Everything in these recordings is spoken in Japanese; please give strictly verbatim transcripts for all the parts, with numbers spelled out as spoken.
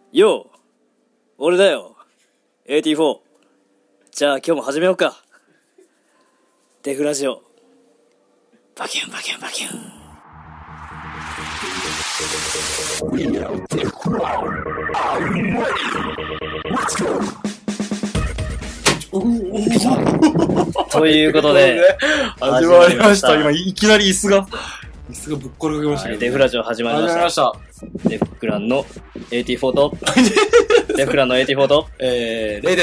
よう、俺だよ、エーティーフォー。じゃあ今日も始めようか。デフラジオ。バキュンバキュンバキュン。ということで、 始まりました。今いきなり椅子が、椅子がぶっころがけましたけど、 デフラジオ始まりました。 始まりました。 デフクランの エーティーフォー と、デフクランの エーティーフォー と、 えー、レイです。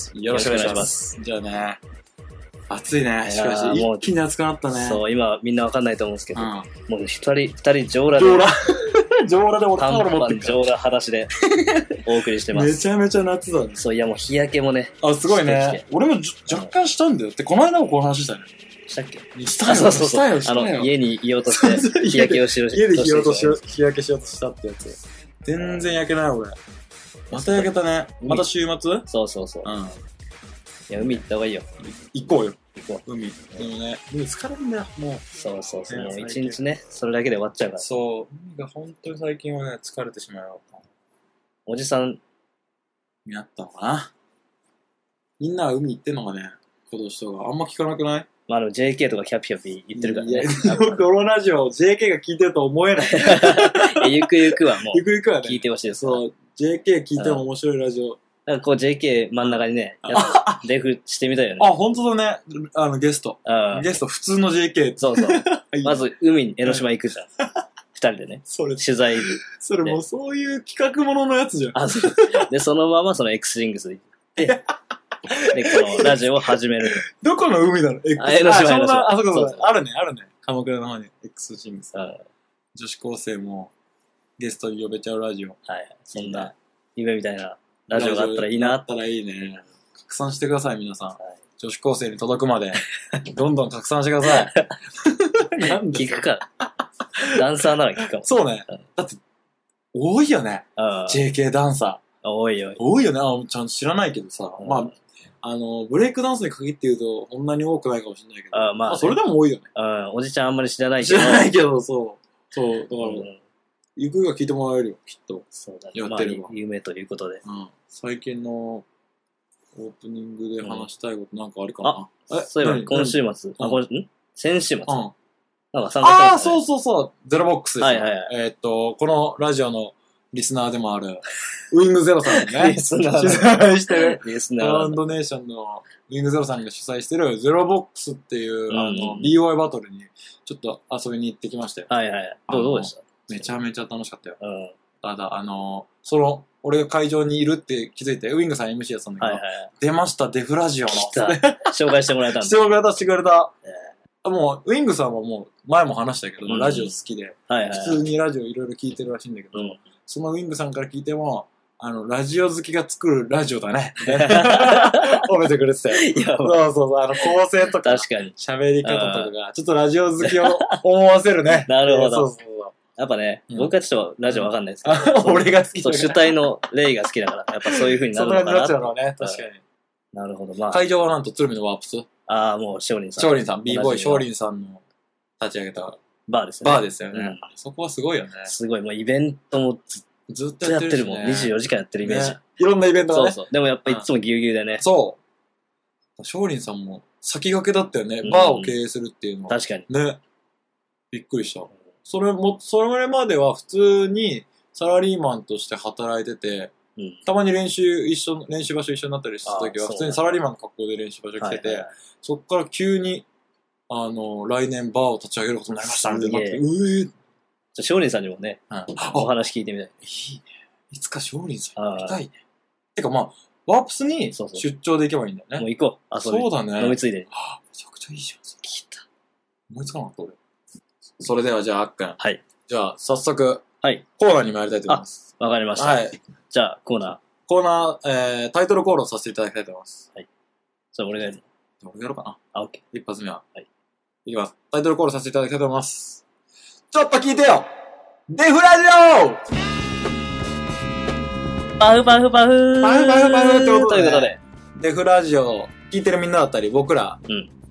よろしくお願いします。じゃあね、暑いね。しかし、一気に暑くなったね。 そう、今みんなわかんないと思うんですけど、うん、もう一人、二人上裸で。 上裸上裸で俺タオル持ってるから。上裸裸足でお送りしてます。 めちゃめちゃ夏だね。 そう、いやもう日焼けもね。 あ、すごいね。俺も若干したんだよ。って、この間もこの話したよね。 したっけ？ したよ。 そうそうそう。 したよ、したよ。 あの、家にいようとして、日焼けをしようとして。 家で日焼けしよう、日焼けしようとしたってやつ。全然焼けない俺。また焼けたね。また週末？ そうそうそう。うん。いや、海行った方がいいよ。 行こうよ。 行こう。海。でもね、海疲れるんだよ、もう。 そうそうそう。もう一日ね、それだけで終わっちゃうから。 そう。海が本当に最近はね、疲れてしまうよ。 おじさんになったのかな。みんなは海行ってんのかね、今年とか。あんま聞かなくない？ まあ、あの、ジェーケー とかキャピキャピ言ってるからね。いや、このラジオ、ジェーケー が聞いてると思えない。 ゆくゆくはもう、 ゆくゆくはね、 聞いてほしいです。 そう、ジェーケー 聞いても面白いラジオ。 なんかこう ジェーケー 真ん中にね、デフしてみたいよね。 あ、ほんとだね。あの、ゲスト。ゲスト、普通の ジェーケー。 そうそう。まず、海に江ノ島行くじゃん。二人でね。 それ、 取材。 それもうそういう企画もののやつじゃん。 あ、そう。で、そのままその X リングスで行って、で、このラジオを始める。 どこの海なの？ X あ、江ノ島、江ノ島。 あ、そこそこ。あるね、あるね。鎌倉の方に X リングス。女子高生もゲストに呼べちゃうラジオ。 はい。そんな夢みたいなラジオがあったらいいな。 あったらいいね。拡散してください、皆さん。はい、女子高生に届くまで、どんどん拡散してください。 なんで聞くか。ダンサーなら聞くかも。 そうね。だって、多いよね。ジェーケー ダンサー。 多いよ。 多いよね。あ、ちゃんと知らないけどさ。まあ、あの、ブレイクダンスに限って言うと、こんなに多くないかもしれないけど。 あまあ、ね、 それでも多いよね。 うん。おじちゃんあんまり知らないけど。 知らないけど、そう。そう。だから、うん、ゆくゆくは聞いてもらえるよ、きっと。 そうだね。 やってれば。 まあ、夢ということで。 うん。最近のオープニングで話したいことなんかあるかな、 うん、あ、そういえば今週末、あ、これ、ん先週末、うん、なんか参加したんですね。 ああ、そうそうそう。ゼロボックスですよ。 はいはいはい。 えー、っと、このラジオのリスナーでもある、ウィングゼロさんね。 リスナー。 主催してる、 リスナー。 トランドネーションのウィングゼロさんが主催してるゼロボックスっていう、うん、あの、ビーオーアイ バトルにちょっと遊びに行ってきましたよ。 はいはい。どう、どうでした？ めちゃめちゃ楽しかったよ。 うん。 ただ、あの、その、俺が会場にいるって気づいて、ウィングさん エムシー やってたんだけど、はいはい、出ました、デフラジオの。 紹介してもらえたんだ。 紹介してくれた。えー、もう、ウィングさんはもう、前も話したけど、うん、ラジオ好きで、はいはいはい、普通にラジオいろいろ聞いてるらしいんだけど、うん、そのウィングさんから聞いても、あの、ラジオ好きが作るラジオだね。褒めてくれてたよ。いやそうそうそう、あの、構成とか、 確かに喋り方とかが、ちょっとラジオ好きを思わせるね。 なるほど。 そうそうそう。 やっぱね、うん、僕はちょっとラジオわかんないですけど、 うん、俺が好きだから。そう、主体のレイが好きだから、やっぱそういう風になるのかな。 そんなになっちゃうのね、確かに。 なるほど、まあ。 会場はなんと鶴見のワープス。 ああ、もう、少林さん。 少林さん、b ボーイ少林さんの立ち上げたバーですね。 バーですよね。うん、そこはすごいよね。 すごい、もうイベントもずずっとやってる、ね、 もん。にじゅうよじかんやってるイメージ。ね、 いろんなイベントがね。 そうそう。でもやっぱいつもぎゅうぎゅうでね。 そう。少林さんも先駆けだったよね。バーを経営するっていうのは。 確かに。 ね。びっくりした。それも、それまでは普通にサラリーマンとして働いてて、うん、たまに練習一緒、練習場所一緒になったりした時は、普通にサラリーマンの格好で練習場所来てて、はいはいはい、そっから急に、あの、来年バーを立ち上げることになりましたみたいになって、うえー。 じゃあ、少林さんにもね、うん、お話聞いてみたい。 いいね。いつか少林さんやりたいね。てかまあ、ワープスに出張で行けばいいんだよね。 そうそうもう行こう。あ、 そうだね。 飲みついで。 はあ、めちゃくちゃいいじゃん。聞いた。思いつかなかった俺。それではじゃあ、あっくん。 はい。 じゃあ、早速、 はい。 コーナーに参りたいと思います。 わかりました。 はい。 じゃあ、コーナー。 コーナー、えー、タイトルコールをさせていただきたいと思います。 はい。じゃあ、俺がやるの。 じゃあ、俺がやろうかな。 あ、オッケー。一発目は。 はい。 いきます。タイトルコールさせていただきたいと思います。ちょっと聞いてよデフラジオパフパフパフパフパフパフってことで、ね、 ということで。 デフラジオ聞いてるみんなだったり、僕ら、 うん。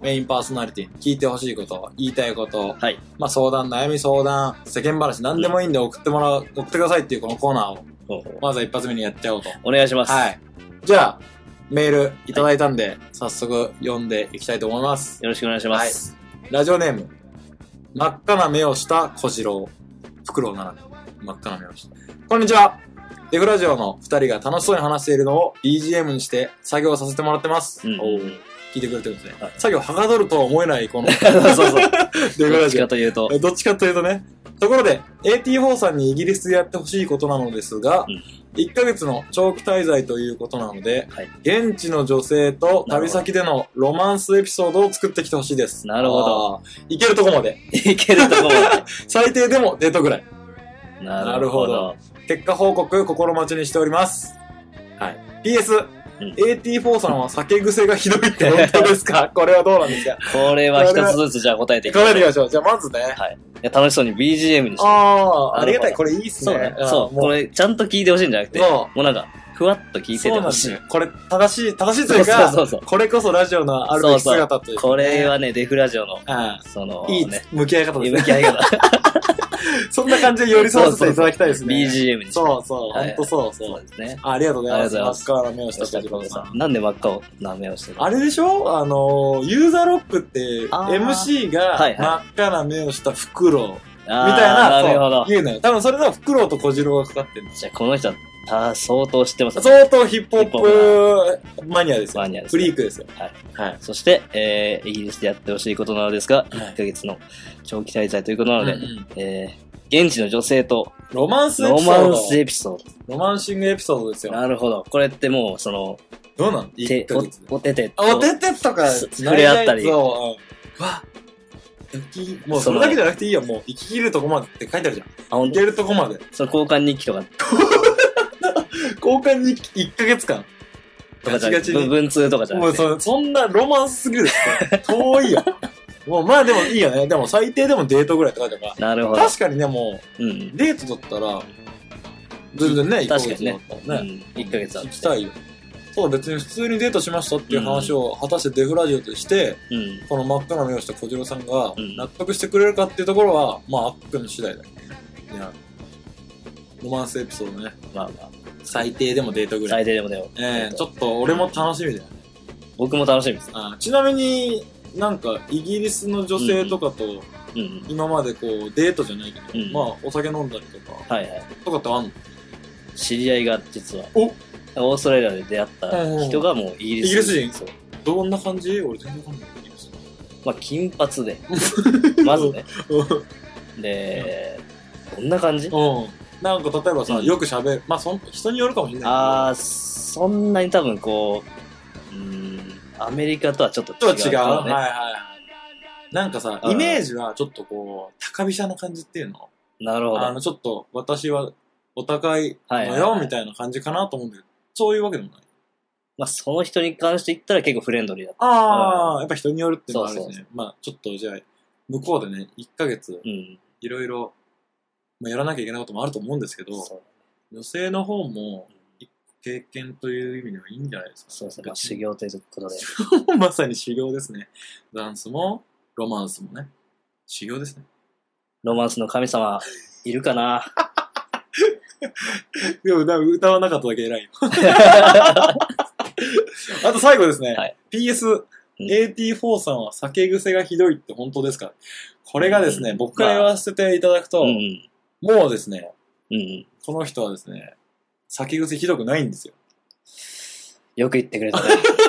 メインパーソナリティに聞いてほしいこと、言いたいこと、 はい。 まあ相談、悩み相談、世間話、何でもいいんで送ってもらう、送ってくださいっていうこのコーナーを、 ほうほうまずは一発目にやっちゃおうと。 お願いします。 はい。じゃあ、メールいただいたんで、早速読んでいきたいと思います。 よろしくお願いします。 はい。ラジオネーム、真っ赤な目をした小次郎。フクロウならぬ、真っ赤な目をした。こんにちは。デフラジオの二人が楽しそうに話しているのを ビージーエム にして作業させてもらってます。うん、お聞いてくれてるんですね。はい、作業はかどるとは思えないこのそうそう。デフラジオ。どっちかというと。どっちかというとね。ところで、エーティーフォー さんにイギリスでやってほしいことなのですが、うん、いっかげつの長期滞在ということなので、はい、現地の女性と旅先でのロマンスエピソードを作ってきてほしいです。 なるほど。 いけるとこまで。 いけるとこまで。 最低でもデートぐらい。 なるほど。 結果報告心待ちにしております。はい。ピーエス、うん、エーティーフォー さんは酒癖がひどいって本当ですか？これはどうなんですか？ これは一つずつじゃあ答えていきましょう。 答えていきましょう。じゃあまずね。 はい。いや楽しそうに ビージーエム にして。 ああ、ありがたい。これいいっすね。 そうね。そう。これちゃんと聞いてほしいんじゃなくて、もうなんか、ふわっと聞いててほしい。そうなんですよ。 これ正しい、正しいというか、そうそうそうこれこそラジオのあるべき姿というか、ね。 これはね、デフラジオの、その、 いい向き合い方ですね。 向き合い方。 そんな感じで寄り添わせていただきたいですね。 ビージーエム にして。 そうそう、ほんとそうそう。 そうですね。 ありがとうございます。真っ赤な目をした小次郎さん。 なんで真っ赤な目をしてるあれでしょあの、ユーザーロックって エムシー が真っ赤な目をしたフクロウみたいな、 なるほど。 言うのよ。多分それのフクロウと小次郎がかかってるんです。 じゃあこの人はあ相当知ってます、 ね。相当ヒップホップマニアですよ。マニアです、ね。フリークですよ。 はい。はい。そして、えー、イギリスでやってほしいことなのですが、はい、いっかげつの長期滞在ということなので、うんうん、えー、現地の女性と、 ロマンスエピソード。 ロマンスエピソード。 ロマンシングエピソードですよ。 なるほど。これってもう、その、 どうなんてお、おてておててとか、 触れ合ったり。 そう。わもうそれだけじゃなくていいよ。もう、生き切るとこまでって書いてあるじゃん。あ、ほんと？生きるとこまで。 その交換日記とか。 交換日記いっかげつかんガチガチに。文通とかじゃなくて。 もうそ、そんなロマンスすぎるって。遠いよ。もうまあでもいいよね。でも最低でもデートぐらいって書いてあるから。 なるほど。 確かにね、もう、うん、デートだったら、全然ね、いっかげつだったらね。 うん、いっかげつあって。 行きたいよ。そう、別に普通にデートしましたっていう話を果たしてデフラジオとして、うん、この真っ赤な目をした小次郎さんが納得してくれるかっていうところは、まあ、あっくん次第だけどね。いや、ロマンスエピソードね。まあまあ。最低でもデートぐらい。 最低でもでも。 ええー、ちょっと俺も楽しみだよね。 僕も楽しみです。 あちなみになんかイギリスの女性とかと、うんうん、今までこうデートじゃないけど、うん、まあお酒飲んだりとか、はいはい。とかってあんの？ 知り合いが実は。おオーストラリアで出会った人がもうイギリス人。イギリス人そう。どんな感じ？俺全然わかんない。 まあ金髪で。まずね。で、どんな感じ？ うん。なんか例えばさ、うん、よく喋る。まあそん、人によるかもしれないけど。 ああ、そんなに多分こう、うーん、アメリカとはちょっと違う、ね。 ちょっと違う。はいはい。なんかさ、イメージはちょっとこう、高飛車な感じっていうの。 なるほど。 あの、ちょっと私はお高いのよ、みたいな感じかなと思うんだけど。そういうわけでもない。 まあ、その人に関して言ったら結構フレンドリーだった。 ああ、やっぱ人によるっていうのがあるんですね。そうそうそうまあ、ちょっとじゃあ、向こうでね、いっかげつ、いろいろ、まあ、やらなきゃいけないこともあると思うんですけど、女性の方も、経験という意味ではいいんじゃないですか。 そうですね。まあ、修行ということで。 まさに修行ですね。ダンスも、ロマンスもね。修行ですね。 ロマンスの神様、いるかなでも、歌わなかっただけ偉いよ。あと最後ですね。はい、ピーエス、うん、エーティーフォー さんは酒癖がひどいって本当ですか？これがですね、うん、僕から言わせていただくと、まあうん、もうですね、うん、この人はですね、酒癖ひどくないんですよ。 よく言ってくれたね。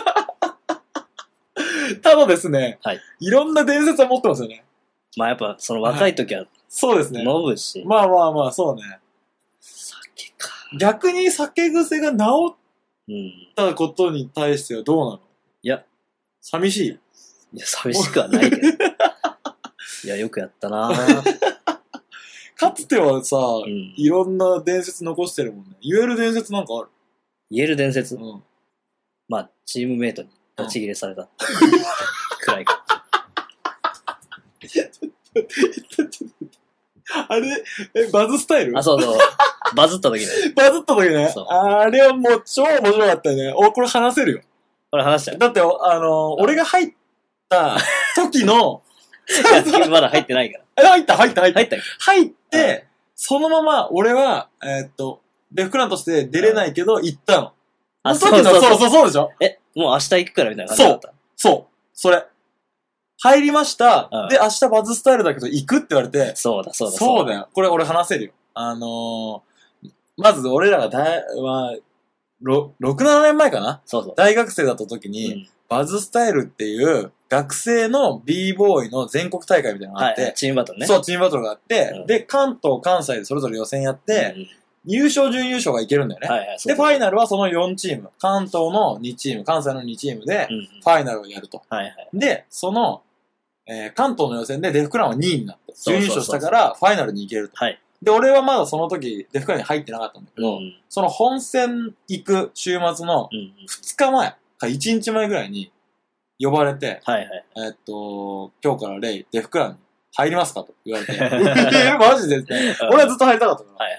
ただですね、はい、いろんな伝説は持ってますよね。 まあやっぱその若い時は、はい、 そうですね。 飲むし。 まあまあまあ、そうね。 酒か。 逆に酒癖が治ったことに対してはどうなの？ いや。 寂しい？ いや、寂しくはないけど。いや、よくやったなぁ。 かつてはさ、うん、いろんな伝説残してるもんね。言える伝説なんかある？ 言える伝説？うん。まあ、チームメイトに立ち切れされた。くらいか。 あれえ、バズスタイル？ あ、そうそう。バズった時ね。 バズった時ね。あれはもう超面白かったよね。お、これ話せるよ。 これ話したよ。 だって、あの、俺が入った時の、 まだ入ってないから。 入った、入った、入った。 入った入って、そのまま俺は、えー、っと、デフクランとして出れないけど、行ったの。 あ、 その時の、そうそうそうそうでしょ。 え、もう明日行くからみたいな感じだった。 そう、そう、それ。入りました。 うん、 で、明日バズスタイルだけど行くって言われて。 そうだ、そうだ、 そうだよ。これ俺話せるよ。あのー、まず俺らがだい、まあ、ろく、ななねんまえかな。 そうそう。 大学生だった時に、うん、バズスタイルっていう学生の b ボーイの全国大会みたいなのがあって、はい、 チームバトルね。 そう、チームバトルがあって、うん、で、関東、関西でそれぞれ予選やって、うんうん、優勝、準優勝がいけるんだよね。はいはい、で、ファイナルはそのよんチーム、関東のにチーム、関西のにチームで、ファイナルをやると。うんうん、はいはい、で、その、えー、関東の予選でデフクランはにいになって、準優勝したからファイナルに行けると。はい、で、俺はまだその時、デフクランに入ってなかったんだけど、うん、その本戦行く週末のふつかまえかいちにちまえぐらいに呼ばれて、はいはい、えー、っと、今日からレイ、デフクランに入りますかと言われて、えマジでって、俺はずっと入りたかったから、はいはい、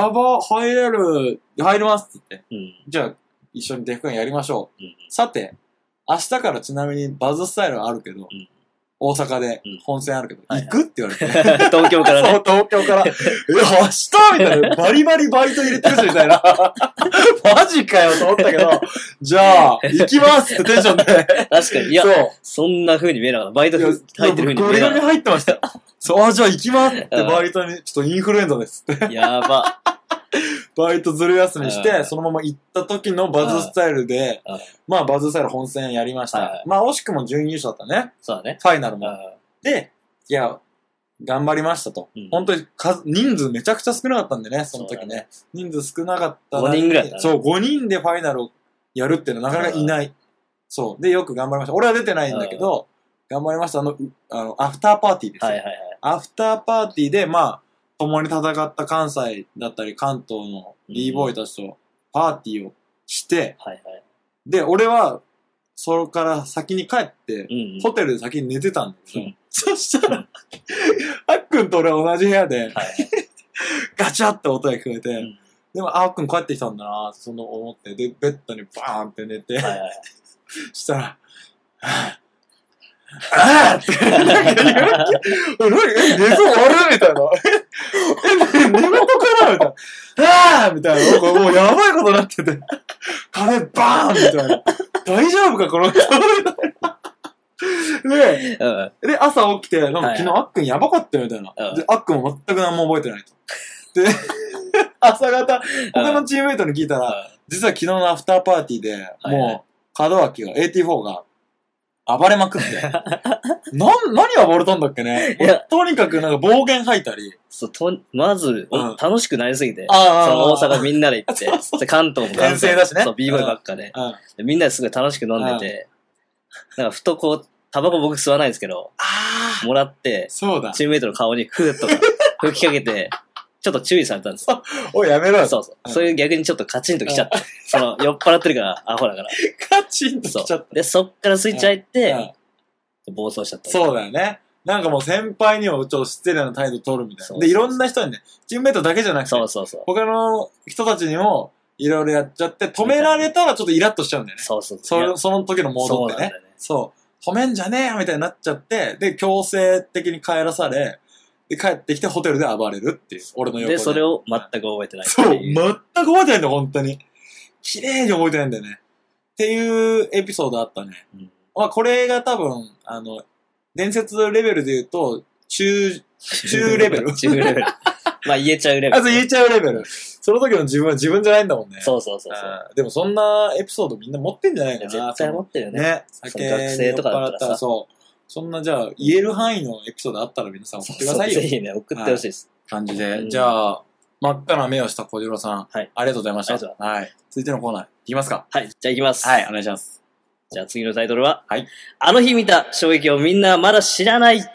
やば、入れる、入りますって言って、うん、じゃあ一緒にデフクランやりましょう。うん、さて、明日からちなみにバズスタイルはあるけど、うん大阪で本戦あるけど、うん、行くって言われて。 東京からね。 そう、東京から。え、明日みたいな。バリバリバイト入れてるし、みたいな。マジかよと思ったけど、じゃあ、行きますってテンションで。 確かに。いや、そうそんな風に見えなかった。バイト入ってる風に見えなかった。ゴリゴリ入ってましたよ。そう、あ、じゃあ行きますってバイトに、ちょっとインフルエンザですって。 やば。 バイトずる休みして、そのまま行った時のバズスタイルで、まあバズスタイル本戦やりました。まあ惜しくも準優勝だったね。 そうだね。 ファイナルも。で、いや、頑張りましたと。本当に数、人数めちゃくちゃ少なかったんでね、その時ね。人数少なかった。 ごにんぐらいだね。 そう、ごにんでファイナルをやるっていうのはなかなかいない。そう。で、よく頑張りました。俺は出てないんだけど、頑張りました。あの、あの、アフターパーティーですよ。はいはいはい。アフターパーティーで、まあ、共に戦った関西だったり関東の b ボーイたちとパーティーをして、うんはいはい、で、俺はそれから先に帰って、うんうん、ホテルで先に寝てたんだけど、うん、そしたら、あっくんと俺は同じ部屋で、はい、ガチャって音が聞こえて、うん、でもあっくん帰ってきたんだなその思って、で、ベッドにバーンって寝て、はいはい、したら、はぁあーって、なんか言うえ、寝相悪いみたいな。え、寝言かなみたいな。あーみたいな。もうやばいことになってて。壁バーンみたいな。大丈夫かこの人みたいな。で、うん、で、朝起きて、なんか昨日あっくんやばかったよみたいな。で、あっくんも全く何も覚えてないと。で、朝方、他のチームメイトに聞いたら、実は昨日のアフターパーティーで、もう、門脇が、エーティーフォー が、暴れまくって。な、何暴れたんだっけねとにかくなんか暴言吐いたり。 そう、と、まず、うん、楽しくなりすぎて。あその大阪みんなで行って。そうそう関東も関西だしね。 そう、b ボーイばっかで、うんで。みんなですごい楽しく飲んでて。なんかふとこう、タバコ僕吸わないんですけど、もらって、 そうだ。 チームメイトの顔にふーっとか吹きかけて、ちょっと注意されたんです。 おい、やめろよ。 そうそう。うん、そういう逆にちょっとカチンときちゃって。その、酔っ払ってるから、アホだから。 カチンときちゃった。 で、そっからスイッチ入って、うん、暴走しちゃった。 そうだよね。なんかもう先輩にもちょっと失礼な態度取るみたいな。で、いろんな人にね、チームメイトだけじゃなくて、そうそうそう他の人たちにも、いろいろやっちゃって、止められたらちょっとイラッとしちゃうんだよね。そうそうそう。そ, その時のモードってね。そう。止めんじゃねえよみたいになっちゃって、で、強制的に帰らされ、で、帰ってきてホテルで暴れるっていう。俺の横で。 で、それを全く覚えてないっていう。そう、全く覚えてないんだよ、本当に。綺麗に覚えてないんだよね。っていうエピソードあったね。うん、まあ、これが多分、あの、伝説レベルで言うと、中、中レベル中レベル。まあ、言えちゃうレベル。 あ、そう、言えちゃうレベル。その時の自分は自分じゃないんだもんね。 そうそうそうそう。 でもそんなエピソードみんな持ってんじゃないかな。 絶対持ってるよね。 ね。酒に酔っ払ったらそう。そんなじゃあ、言える範囲のエピソードあったら皆さん送ってくださいよ。 ぜひね、送ってほしいです。 感じで。じゃあ、真っ赤な目をした小次郎さん。はい。ありがとうございました。ありがとうございます。はい。続いてのコーナー、いきますか。 はい。じゃあいきます。 はい、お願いします。 じゃあ次のタイトルは、はい。あの日見た衝撃をみんなまだ知らない。さ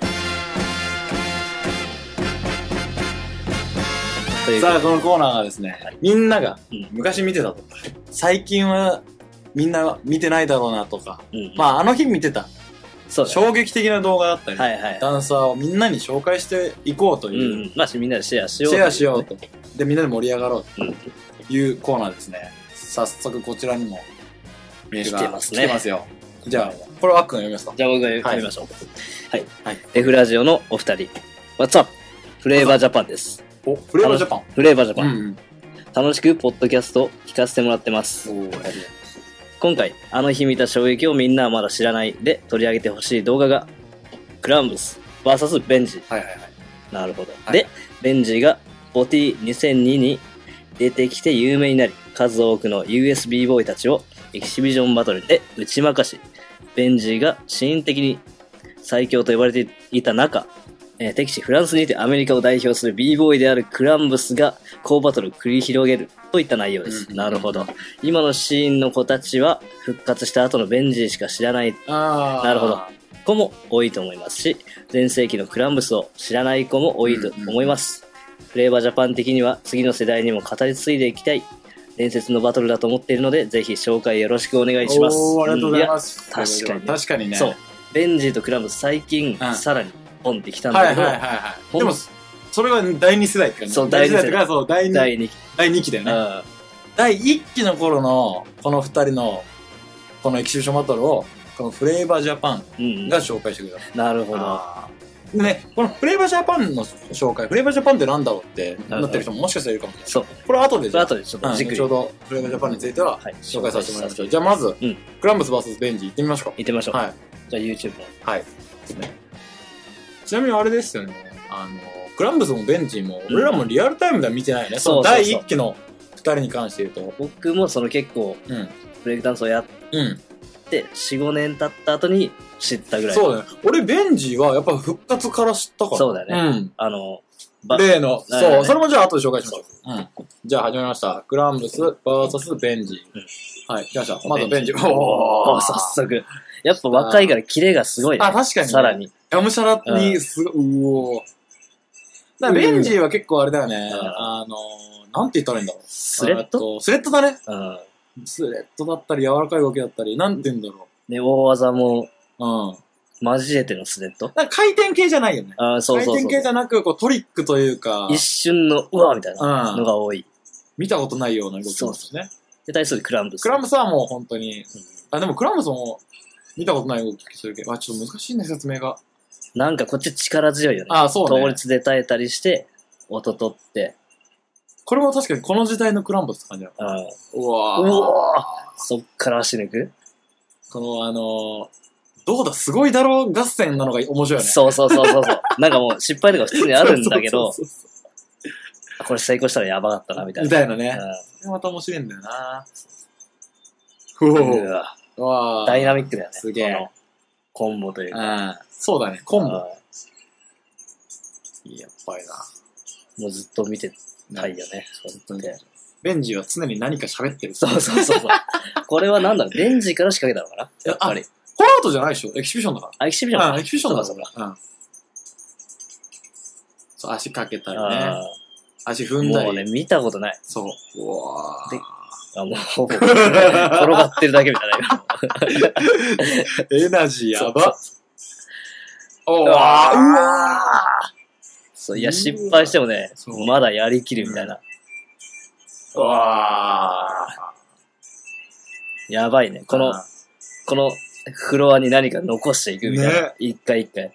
あ、このコーナーはですね、はい、みんなが昔見てたとか、最近はみんな見てないだろうなとか、うん、まああの日見てた。そうね、衝撃的な動画だったり、はいはい、ダンサーをみんなに紹介していこうという、うん、 まあみんなでシェアしようと、ね、シェアしようとでみんなで盛り上がろうというコーナーですね。早速こちらにもメールが来てますね。来てますよ。 じゃあ、これはあっくん読みますか？ じゃあ僕が読みましょう。はい。 はい。 デフラジオのお二人。What's up? フレーバージャパンです。 お、フレーバージャパン。 フレーバージャパン。 うんうん、 楽しくポッドキャストを聞かせてもらってます。 おー、ありがとうございます。 今回、あの日見た衝撃をみんなはまだ知らないで取り上げてほしい動画が、クランブス ブイエス ベンジ。 はいはいはい。 なるほど。 はい、 で、ベンジがボティにせんにに出てきて有名になり、数多くの ユーエスビー ボーイたちをエキシビジョンバトルで打ち負かし、ベンジがシーン的に最強と呼ばれていた中、えー、敵地フランスにてアメリカを代表する b ボーイであるクランブスが好バトルを繰り広げるといった内容です。なるほど。今のシーンの子たちは復活した後のベンジしか知らない。 あなるほど。子も多いと思いますし、前世紀のクランブスを知らない子も多いと思います。うんうん、フレーバージャパン的には次の世代にも語り継いでいきたい伝説のバトルだと思っているので、ぜひ紹介よろしくお願いします。 おー、ありがとうございます。 うん、確かに、ね。 確かにね。 そう。ベンジとクランブス最近、うん、さらにポンってきたんだけど。 はいはいはいはい。でも、それはだいに世代って感じ。 そう、だいに世代。 だいに世代そう、だいに、だいに期。だいに期だよね。 うん、 だいいっきの頃の、このふたりの、このエキシビションバトルを、このフレーバージャパンが紹介してくれた。 うん、なるほど。 でね、このフレーバージャパンの紹介、フレーバージャパンってなんだろうってなってる人ももしかしたらいるかもしれない。 そう。 これは後でじゃあ、 後でちょっとじっくり、 うん、ちょうどフレーバージャパンについては紹介させてもらいましょう。はい、じゃあまず、うん、クランブス ブイエス ベンジ行ってみましょうか。 行ってみましょう。 はい。 じゃあ YouTube の。 はい。ですね。ちなみにあれですよね、あの、クランブスもベンジも、俺らもリアルタイムでは見てないよね。うん、そのだいいっきのふたりに関して言うと。 僕もその結構、うん、ブレイクダンスをやって、うんで、よん、ごねん経った後に知ったぐらい。 そうだね。俺、ベンジはやっぱ復活から知ったから。 そうだよね。 うん。 あの、 例の、そう、ね、それもじゃあ後で紹介しましょう。うん。じゃあ始めました。クランブス ブイエス ベンジ。うん、はい、来ました。まずベンジ。おー、早速。やっぱ若いからキレがすごいね。 あ、確かに、ね。 さらに。 がむしゃらにすごい、うん、うおー。だからベンジは結構あれだよね。うん、あの、なんて言ったらいいんだろう。 スレッドスレッドだね。 うん。 スレッドだったり、柔らかい動きだったり、なんて言うんだろう。ね、大技も、 うん。 交えてのスレッド。 なんか回転系じゃないよね。 あ、そうそうそう。 回転系じゃなく、こうトリックというか。 一瞬の、うわみたいなのが多い。うん、 見たことないような動きですね。そうそうで、対するクランブス。 クランブスはもう本当に、うん、あ、でもクランブスも見たことない動きするけど、あ、ちょっと難しいね、説明が。 なんかこっち力強いよね。 あ、そうね。 倒立で耐えたりして、音取って。 これも確かにこの時代のクランブスって感じだな。 うん。 うわー。うわー。そっから足抜くこのあのー、どうだ、すごいだろう合戦なのが面白いよね。 そうそうそうそうそう。なんかもう失敗とか普通にあるんだけど、これ成功したらやばかったな、みたいな。 みたいなね。うん、それまた面白いんだよな。うわうわダイナミックだよね。 すげえ。 コンボというか。 うん。そうだね、コンボ。いい、やっぱりな。 もうずっと見てたいよね。 ずっと見て。ベンジは常に何か喋ってる。 そうそうそうそう。これはなんだろう、ベンジから仕掛けたのかなやっぱり。 コラートじゃないでしょエキシビションだから。 あ、エキシビションだから。エキシビションだから。うん。そう、足かけたりね。足踏んだり。 もうね、見たことない。 そう。うわで、あ、もうほぼ、転がってるだけみたいな。 エナジーやば。 おわーうわーそう、いや、失敗してもね、まだやりきるみたいな。 うわーやばいね。この、このフロアに何か残していくみたいな。ね、一回一回。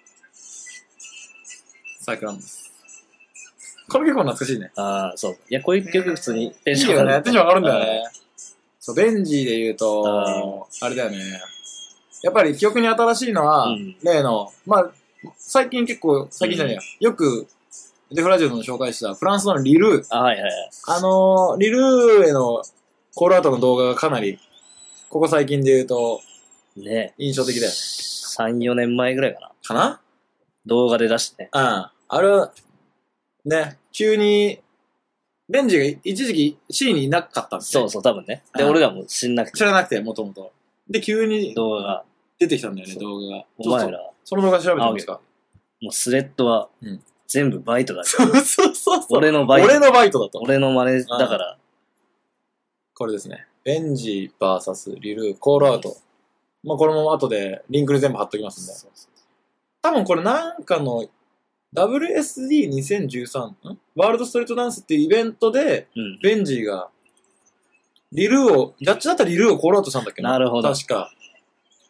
サイクランブス。この曲も懐かしいね。 ああ、そう。いや、こういう曲普通にテンション上がる。いいよね、テンション上がるんだよね。そう、ベンジーで言うと、あれだよね。やっぱり記憶に新しいのは、うん、例の、まあ、最近結構、最近じゃねえや、うん、よく、デフラジオの紹介したフランスのリルー。 あ、はいはいはい。 あのー、リルーへのコールアウトの動画がかなり、ここ最近で言うと、 ね、 印象的だよね。 さん、よねんまえぐらいかな。 かな動画で出してね。 うん。あれは、ね、急に、ベンジが一時期 C にいなかったんですよ、ね。そうそう、多分ね。で、俺らも知んなくて。 知らなくて、もともと。で、急に、 動画が。 出てきたんだよね、動画が。 お前ら。 その動画調べてみますか？ もうスレッドは、全部バイトだから。そうそうそう。 俺のバイト。 俺のバイトだと。 俺の真似だから。 これですね。ベンジ ブイエス リルー、コールアウト。まあこれも後でリンクで全部貼っときますんで。多分これなんかの ダブリューエスディーにせんじゅうさん んワールドストリートダンスっていうイベントで、うん、ベンジがリルーを、ジャッジだったらリルーをコールアウトしたんだっけな。 なるほど。 確か。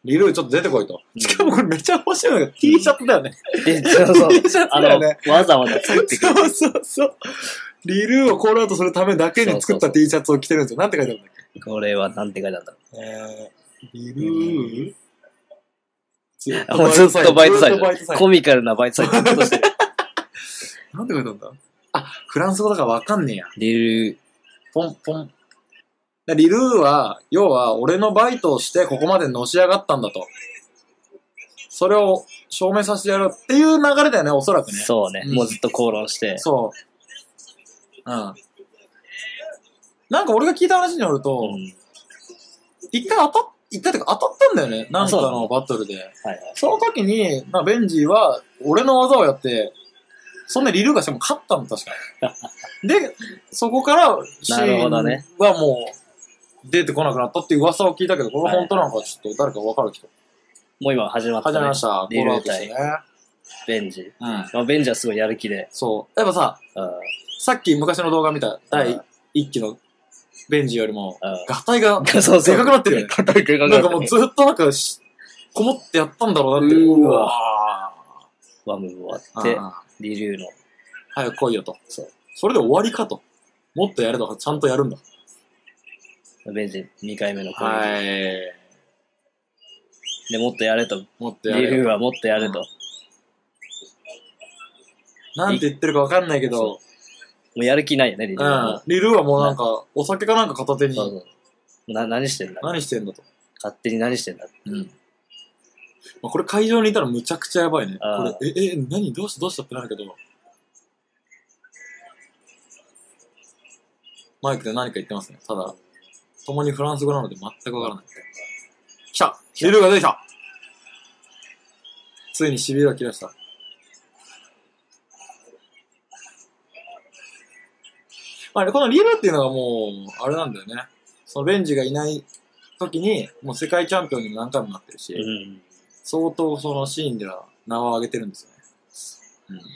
リルーちょっと出てこいと。しかもこれめっちゃ面白いのが T シャツだよね。 で、そうそう。 T シャツだよね。 あの、わざわざ作ってくる。 そうそうそう。リルーをコールアウトするためだけに作った T シャツを着てるんですよ。なんて書いてあるんだっけ？ これはなんて書いてあるんだろう。 えー、リルーずっとバイトサイト。コミカルなバイトサイト。なんて書いてあるんだ？あ、フランス語だからわかんねえや。 リルー。 ポンポン。リルーは、要は、俺のバイトをしてここまでのし上がったんだと。それを証明させてやるっていう流れだよね、おそらくね。 そうね。うん、もうずっと口論して。 そう。うん。なんか俺が聞いた話によると、うん、一回当たっ、一回とか当たったんだよね。なんかのバトルで。はいはい、その時に、まあ、ベンジーは、俺の技をやって、そんなリルーがしても勝ったの、確かに。で、そこから、シーンはもう、出てこなくなったっていう噂を聞いたけど、これ本当なのかちょっと誰か分かる人。 もう今始まった、ね。 始まりました。 リルー対ベンジ。うん。まあ、ベンジはすごいやる気で。 そう。やっぱさ、うん、さっき昔の動画見た第一期のベンジよりも、ガタイがでかくなってるよね。ガタイがなんかもうずっとなんかこもってやったんだろうなって。うわー。ワム終わって、リルーの。 早く来いよと。そう。それで終わりかと。もっとやれと。ちゃんとやるんだ。 ベンジにかいめの攻撃。 はい。 で、もっとやれと。 もっとやれと。 リルーはもっとやれと。 なんて言ってるかわかんないけど。 もうやる気ないよね、リルーは。 うん。リルーはもうなんか、お酒かなんか片手に。そうそう。 な、何してんだ何してんだと。 勝手に何してんだうん。まあ、これ会場にいたらむちゃくちゃやばいね。これ、え、え、何どうしたどうしたってなるけど。マイクで何か言ってますね。ただ、共にフランス語なので全くわからない。来た！リルーが出てきた！ついにしびれが切らした。まあ、このリルーっていうのがもう、あれなんだよね。そのベンジがいない時に、もう世界チャンピオンにも何回もなってるし、うん、相当そのシーンでは名を上げてるんですよね。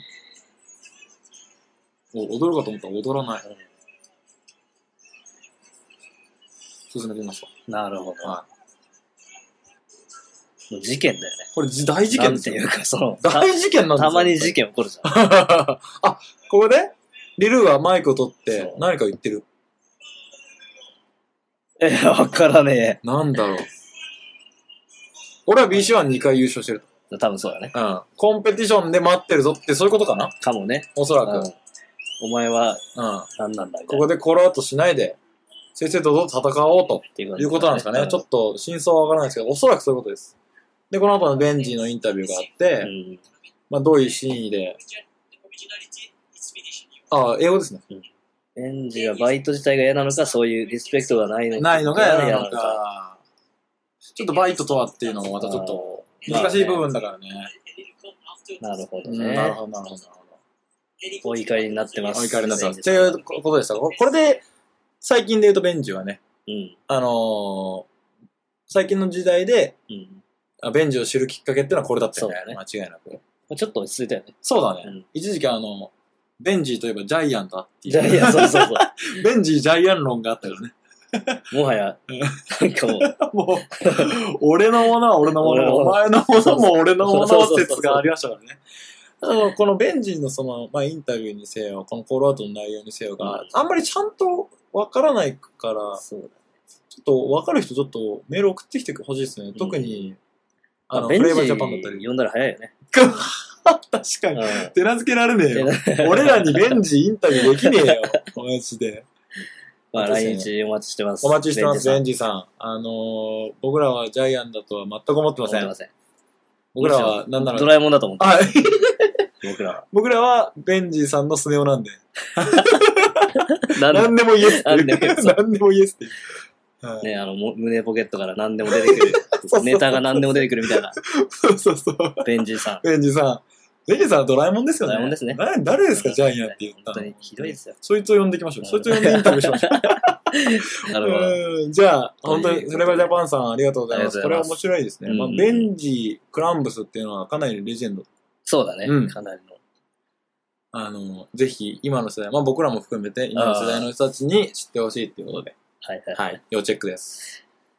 うん、踊るかと思ったら踊らない。進めてみましょう。なるほど。はい、もう事件だよね。 これ大事件ですよ。 なんていうか、その、 大事件なんですよ。 たまに事件起こるじゃん。 あ、ここでリルーはマイクを取って何か言ってる。 え、わからねえ。なんだろう。俺は ビーシーワンにかい優勝してると。多分そうだね。 うん。コンペティションで待ってるぞってそういうことかな？ かもね。 おそらく。うん、 お前は、うん。何なんだみたいな。 ここでコールアウトしないで、正々堂々と戦おうということなんですかね。うん、ちょっと真相はわからないですけど、おそらくそういうことです。で、この後のベンジーのインタビューがあって、うん、まあどういうシーンで、ああ、英語ですね。うん、 ベンジーはバイト自体が嫌なのか、そういうリスペクトがないのか。 ないのが嫌なのか。ちょっとバイトとはっていうのもまたちょっと難しい部分だからね。 なるほどね。 なるほど、なるほど。 お怒りになってます。 お怒りになってます。ということでした。これで、最近で言うとベンジーはね、うん、あのー、最近の時代で、うん、ベンジーを知るきっかけっていうのはこれだったよね。ね間違いなく。 ちょっと落ち着いたよね。 そうだね。うん、一時期あの、ベンジーといえばジャイアンだっていう。 ジャイアン、そうそうそう。 ベンジージャイアン論があったよね。 もはや、なんかもう、 もう、俺のものは俺のもの、お前のものも俺のもの説がありましたからね。あのこのベンジーのその、まあ、インタビューにせよ、このコールアウトの内容にせよが、あんまりちゃんとわからないから、そうだね、ちょっとわかる人ちょっとメール送ってきてほしいですね。うん、特に、あの、フレーバージャパンだったり。 読んだら早いよね。 確かに。手なずけられねえよ。俺らにベンジーインタビューできねえよ。マジで。 まあ、来日お待ちしてます。 お待ちしてます、ベンジーさん。あのー、僕らはジャイアンだとは全く思ってません。思ってません。僕らは、なんなら。 ドラえもんだと思ってます。僕らは。 僕らは、ベンジーさんのスネ夫なんで。何でもイエスって。何でもイエスって。 ね、あの、胸ポケットから何でも出てくる。ネタが何でも出てくるみたいな。 そうそうそう。 ベンジーさん。 ベンジーさん。ベンジーさんはドラえもんですよね。 ドラえもんですね。 誰ですか、ジャイアンって言ったの。 本当にひどいですよ。 そいつを呼んでいきましょう。そいつを呼んでインタビューしましょう。なるほど。じゃあ、本当に、フレバージャパンさんありがとうございます。これは面白いですね。まあ、ベンジー、クランブスっていうのはかなりレジェンド。 そうだね。かなりの。 あの、ぜひ、今の世代、まあ僕らも含めて、今の世代の人たちに知ってほしいっていうことで。はいはい。はい。要チェックです。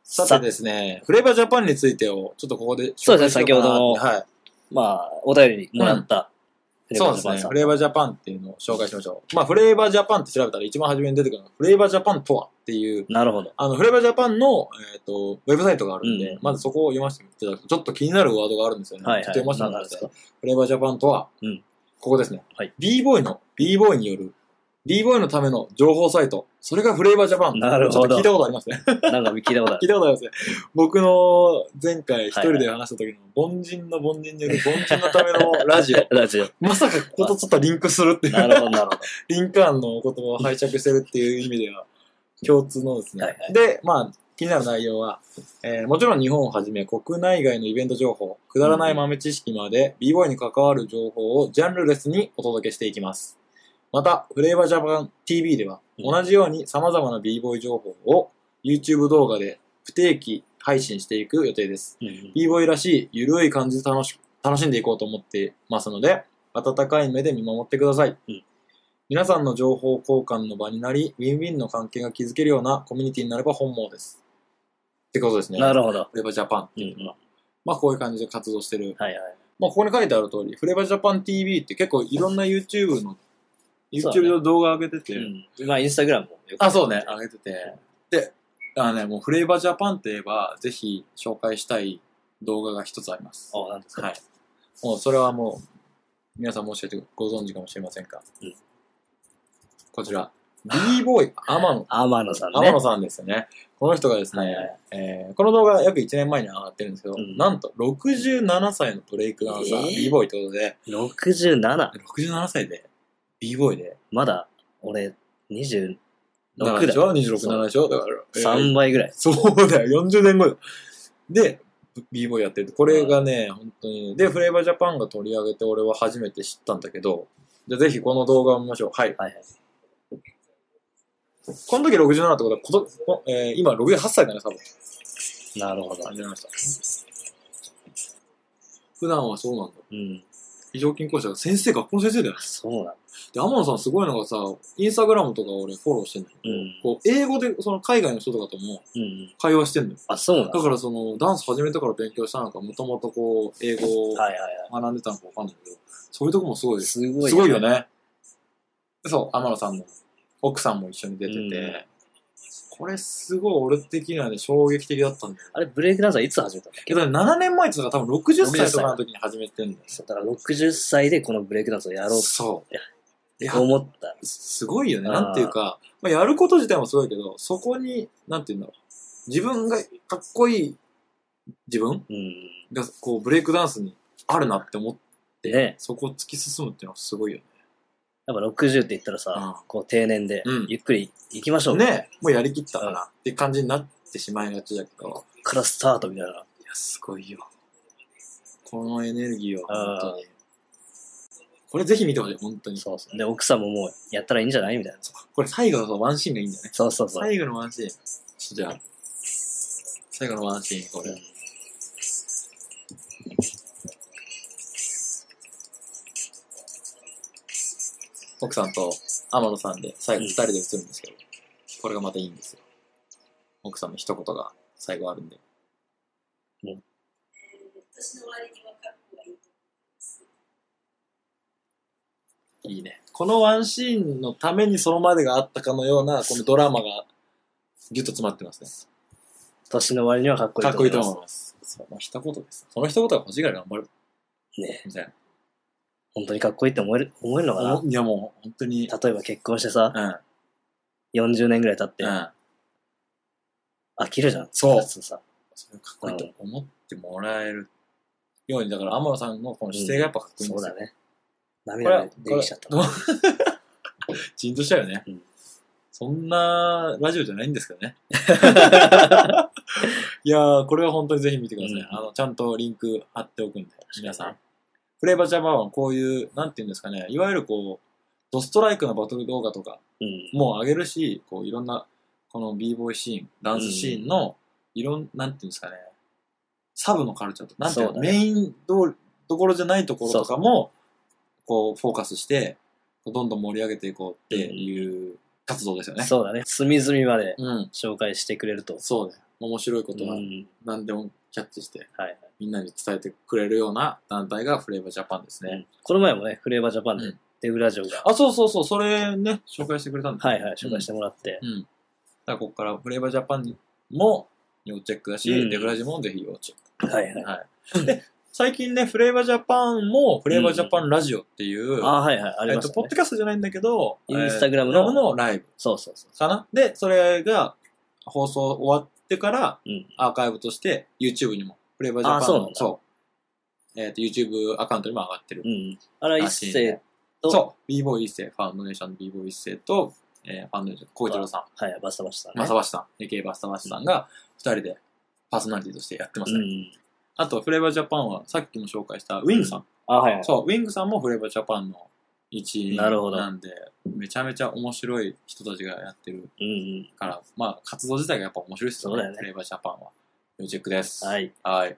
さてですね、フレーバージャパンについてをちょっとここでそうですね、先ほどの、 はい。 まあ、お便りもらった、 うん、そうですね、フレーバージャパンっていうのを紹介しましょう。まあ、フレーバージャパンって調べたら一番初めに出てくるのは、フレーバージャパンとはっていう、 なるほど。 あの、フレーバージャパンの、えっ、ー、と、ウェブサイトがあるんで、 うん、 まずそこを読ませていただくと、ちょっと気になるワードがあるんですよね。 はい、はい。 ちょっと読ませてもらってください。フレーバージャパンとは、 うん、 ここですね。 はい。 b ボーイの、b ボーイによる、b ボーイのための情報サイト。それがフレーバージャパン。 なるほど。 ちょっと聞いたことありますね。 なんか聞いたことある。 聞いたことありますね。僕の前回一人で話した時の、凡人の凡人による凡人のためのラジオ。 ラジオ。 まさかこことちょっとリンクするっていう。 なるほど、なるほど。 リンク案の言葉を拝借してるっていう意味では、共通のですね。 はいはい、 で、まあ、気になる内容は、えー、もちろん日本をはじめ国内外のイベント情報、くだらない豆知識まで、b ボーイに関わる情報をジャンルレスにお届けしていきます。また、フレーバージャパン ティービー では、同じように様々な b ボーイ情報を YouTube 動画で不定期配信していく予定です。うん、b ボーイらしいゆるい感じで楽し楽しんでいこうと思ってますので、温かい目で見守ってください。うん、皆さんの情報交換の場になり、ウィンウィンの関係が築けるようなコミュニティになれば本望です。ってことですね。 なるほど。 フレーバージャパンっていうのは。うん、まあこういう感じで活動してる。 はいはい。 まあここに書いてある通り、フレーバージャパン ティービー って結構いろんな YouTube の、YouTube の動画上げてて。 うん、まあインスタグラムもよく。 あ、そうね、上げてて。で、あのね、もうフレーバージャパンといえば、ぜひ紹介したい動画が一つあります。 あ、なんですか。 はい。もうそれはもう、皆さんもしかしてご存知かもしれませんか。うん、こちら。b ボーイ、天野。 天野さんね。 天野さんですよね。この人がですね、はいはい、えー、この動画約いちねんまえに上がってるんですけど、うん、なんとろくじゅうななさいのブレイクダンサー、えー、b ボーイってことで。 ろくじゅうなな? ろくじゅうななさいで、b ボーイで。 まだ、俺、にじゅうろくだ。でしょ ?にじゅうろく、ななでしょだから、 えー。さんばいぐらい。 そうだよ、よんじゅうねんごだ。で、b ボーイやってる。これがね、本当に。で、フレーバージャパンが取り上げて、俺は初めて知ったんだけど、じゃあぜひこの動画を見ましょう。はい。はいはい。この時ろくじゅうななってことは、ことえー、今ろくじゅうはっさいだね、多分。 なるほど。 始めました。普段はそうなんだ。うん。非常勤講師は先生、学校の先生だよね。 そうなんだ。 で、天野さんすごいのがさ、インスタグラムとか俺フォローしてんだけど、うん、こう英語でその海外の人とかとも会話してんのよ。うん、 あ、そうなんだ。 だからそのダンス始めてから勉強したのか、もともとこう英語を学んでたのかわかんないけど、そういうとこもすごい。 すごい、ね。 すごいよね。そう、天野さんの奥さんも一緒に出てて、うん、これすごい俺的にはね、衝撃的だったんだよ。 あれ、ブレイクダンスはいつ始めたの？ けどななねんまえって言ったら多分ろくじゅっさいとかの時に始めてんだよ。 そう、だからろくじゅっさいでこのブレイクダンスをやろうと。 そう。 いや、思った。 すごいよね。なんていうか、まあ、やること自体もすごいけど、そこに、なんていうんだろう。自分がかっこいい自分、うん、が、こう、ブレイクダンスにあるなって思って、ね、そこを突き進むっていうのはすごいよね。 やっぱろくじゅうって言ったらさ、うん、こう定年で、ゆっくり行きましょうね。もうやりきったかなって感じになってしまいがちだけど。 からスタートみたいな。いや、すごいよ。このエネルギーは、本当に。これぜひ見てほしい、本当に。 そうそう。で、奥さんももうやったらいいんじゃないみたいな。 これ最後のワンシーンがいいんだよね。 そうそうそう。 最後のワンシーン。じゃあ、最後のワンシーン、これ。うん、奥さんと天野さんで最後二人で映るんですけど、うん、これがまたいいんですよ。奥さんの一言が最後あるんで。うん、私の割にはかっこいいと思います。いいね。このワンシーンのためにそのまでがあったかのような、このドラマがギュッと詰まってますね。 年の割にはかっこいいと思います。かっこいいと思います。 その一言です。その一言が欲しいから頑張る。 ねえ。 みたいな。 本当にかっこいいって思える、思えるのかな？ いやもう、本当に。 例えば結婚してさ、うん、よんじゅうねんぐらい経って、うん、飽きるじゃん。 そう。さ、それかっこいいと思ってもらえるように、だから天野さんのこの姿勢がやっぱかっこいいんですよ。うん、そうだね。涙が出てきちゃった。じんとしちゃうよね。うん、そんなラジオじゃないんですけどね。いやー、これは本当にぜひ見てください。うん、あの、ちゃんとリンク貼っておくんで、皆さん。フレーバージャパンはこういう、なんていうんですかね、いわゆるこう、ドストライクのバトル動画とかも上げるし、うん、こういろんな、この b ボーイシーン、ダンスシーンの、いろん、なんていうんですかね、サブのカルチャーとか、なんていうの、ね、メインどところじゃないところとかも、こう、フォーカスして、どんどん盛り上げていこうっていう活動ですよね。 そうだね。隅々まで紹介してくれると。 うん、そうだよ。 面白いことはうん何でもキャッチして、 はいはい。 みんなに伝えてくれるような団体がフレーバージャパンですね。 うんこの前もね、フレーバージャパンでうんデブラジオが、 あ、そうそうそう、それね、紹介してくれたんですよはいはい、紹介してもらって。 うん。だからここからフレーバージャパンも要チェックだし、 うんデブラジもぜひ要チェック。 はいはい。 はい。で、最近ね、フレーバージャパンもフレーバージャパンラジオっていう、 あ、はいはい、ありえっと、 ましたねポッド。キャストじゃないんだけど、 インスタグラムのえーのライブそうそうそう。 かな。で、それが放送終わってからうん。 アーカイブとして YouTube にも、フレーバージャパンの、 あそうなんだそうえっと、YouTube アカウントにも上がってる。 うん。あれは一世と、 そう、b ボーイ一世、ファンドネーションの b ボーイ一世と、えーファンドネーション、小一郎さん、 はい、バスタバスタね。 マサバシさん、エーケー バスタバシさんが二人でパーソナリティとしてやってますね。 うん。 あと、フレーバージャパンはさっきも紹介したウィングさん。 あ、はいはい。 そう、ウィングさんもフレーバージャパンの一員なるほどなんで、めちゃめちゃ面白い人たちがやってるうんうん。 から、まあ、活動自体がやっぱ面白いですよね。 そうだよねフレーバージャパンは。要チェックです。 はい。 はい。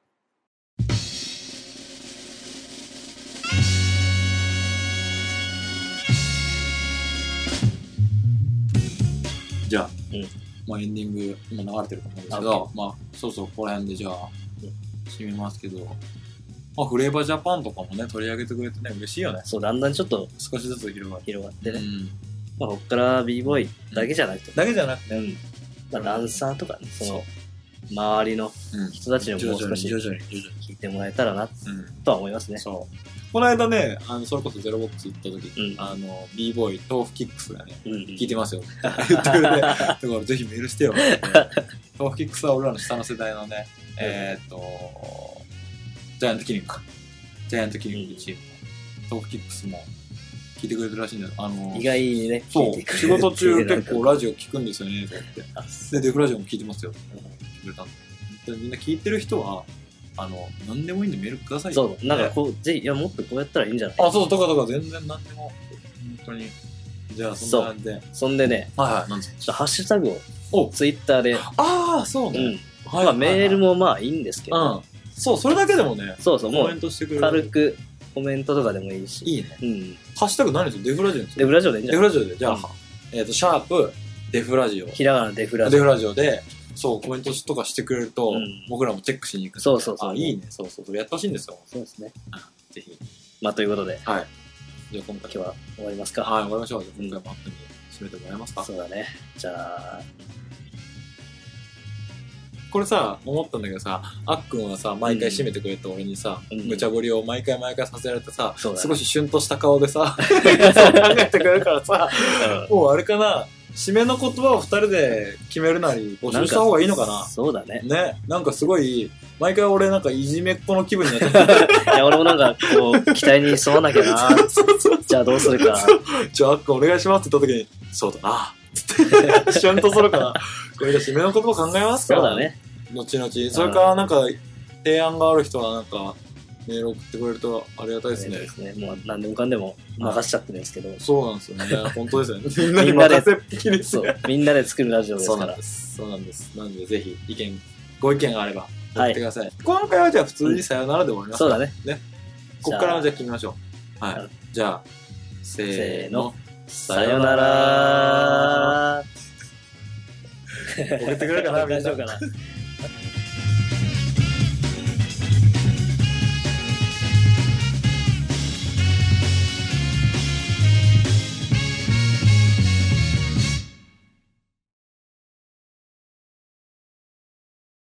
じゃあ、 うんまあエンディング今流れてると思うんですけあど、まあそうそうここら辺でじゃあ、締めますけど、まあフレーバージャパンとかもね取り上げてくれてね嬉しいよね。 そう、だんだんちょっと少しずつ広がって。 広がってね。 うん。 まあ、こっから b ボーイだけじゃなくて、 だけじゃなくて、 うん。まあ、ダンサーとかね、そそうの、周りのうん。 人たちにももう少し徐々に徐々に。 聞いてもらえたらな、 うん。 とは思いますね。 そう。この間ね、あの、それこそゼロボックス行った時に、 うんあの、b ボーイ、豆腐キックスがね、 うんうん。 聞いてますよ。言ってくれて、だからぜひメールしてよ。豆腐キックスは俺らの下の世代のね、えーっと、ジャイアントキリングか。ジャイアントキリングチームの豆腐キックスも聞いてくれてるらしいんだよ。あの、 意外にね、 そう、 聞いてくれ仕る事中っていう結構ラジオ聞くんですよね、とか言って。 あで、デフラジオも聞いてますよ。言ってくれたんで。みんな聞いてる人は、あの、何でもいいんでメールくださいよ。 そう、なんかこう、ぜひ、いや、もっとこうやったらいいんじゃないあ、そう、とかとか全然何でも、本当に。じゃあ、そんな感じで。はいそんでね、 はい、なんですか。 ちょっとハッシュタグをおツイッターで、 ああ、そうね。 うん。 はいまあ、メールも。 もまあいいんですけうど、 ん。そう、それだけでもね、 そうそう、もうコメントしてくれる。 軽くコメントとかでもいいし、 いいね。 うん。 ハッシュタグ何ですよデフラジオですデよ。 フラジオでいいんじゃないデフラジオで、じゃあ、 うんえっと、シャープ、デフラジオ。 ひらがなデフラジデオ。 フラジオで、そう、コメントとかしてくれると、 うん僕らもチェックしに行く。 そうそうそうあ、いいね。そうそうそう。やってほしいんですよ。 そうですね。 ぜひ。 まあ、ということで、 はい。じゃあ今回今日は終わりますか。 はい、終わりましょう。じゃあ今回もアップに締めてもらえますか。 そうだね。じゃあ、 これさ、思ったんだけどさ、あっくんはさ、毎回締めてくれて俺にさ、 うん無茶ぶりを毎回毎回させられてさ、 そうだね少しシュンとした顔でさ、そう考えてくれるからさ、もうあれかな、締めの言葉を二人で決めるなり募集した方がいいのかな。 そうだね。 ね、なんかすごい、毎回俺なんかいじめっ子の気分になっちゃって。 いや、俺もなんか、こう、期待に沿わなきゃな。 そうそう。 じゃあどうするか。 じゃあ、あっくんお願いしますって言った時に、そうだな。つって、シュンとするから、これで締めの言葉考えますかそうだね。 後々。それからなんか、提案がある人はなんか、メール送ってくれるとありがたいですね。 ですね。もう何でもかんでも任しちゃってるんですけど。 そうなんですよね。本当ですよね。みんなに任せっぴきですね。 そう。みんなで作るラジオですそうから。 なんです。そうなんです。なので、ぜひ、意見、ご意見があれば、送はいってください。今回はじゃあ普通にさよならで終わりますそうだね。 ね。こっからはじゃあ決めましょう。はい。じゃあ、せせーのーの。さよなら。 送ってくれるかなみんな大丈夫かな。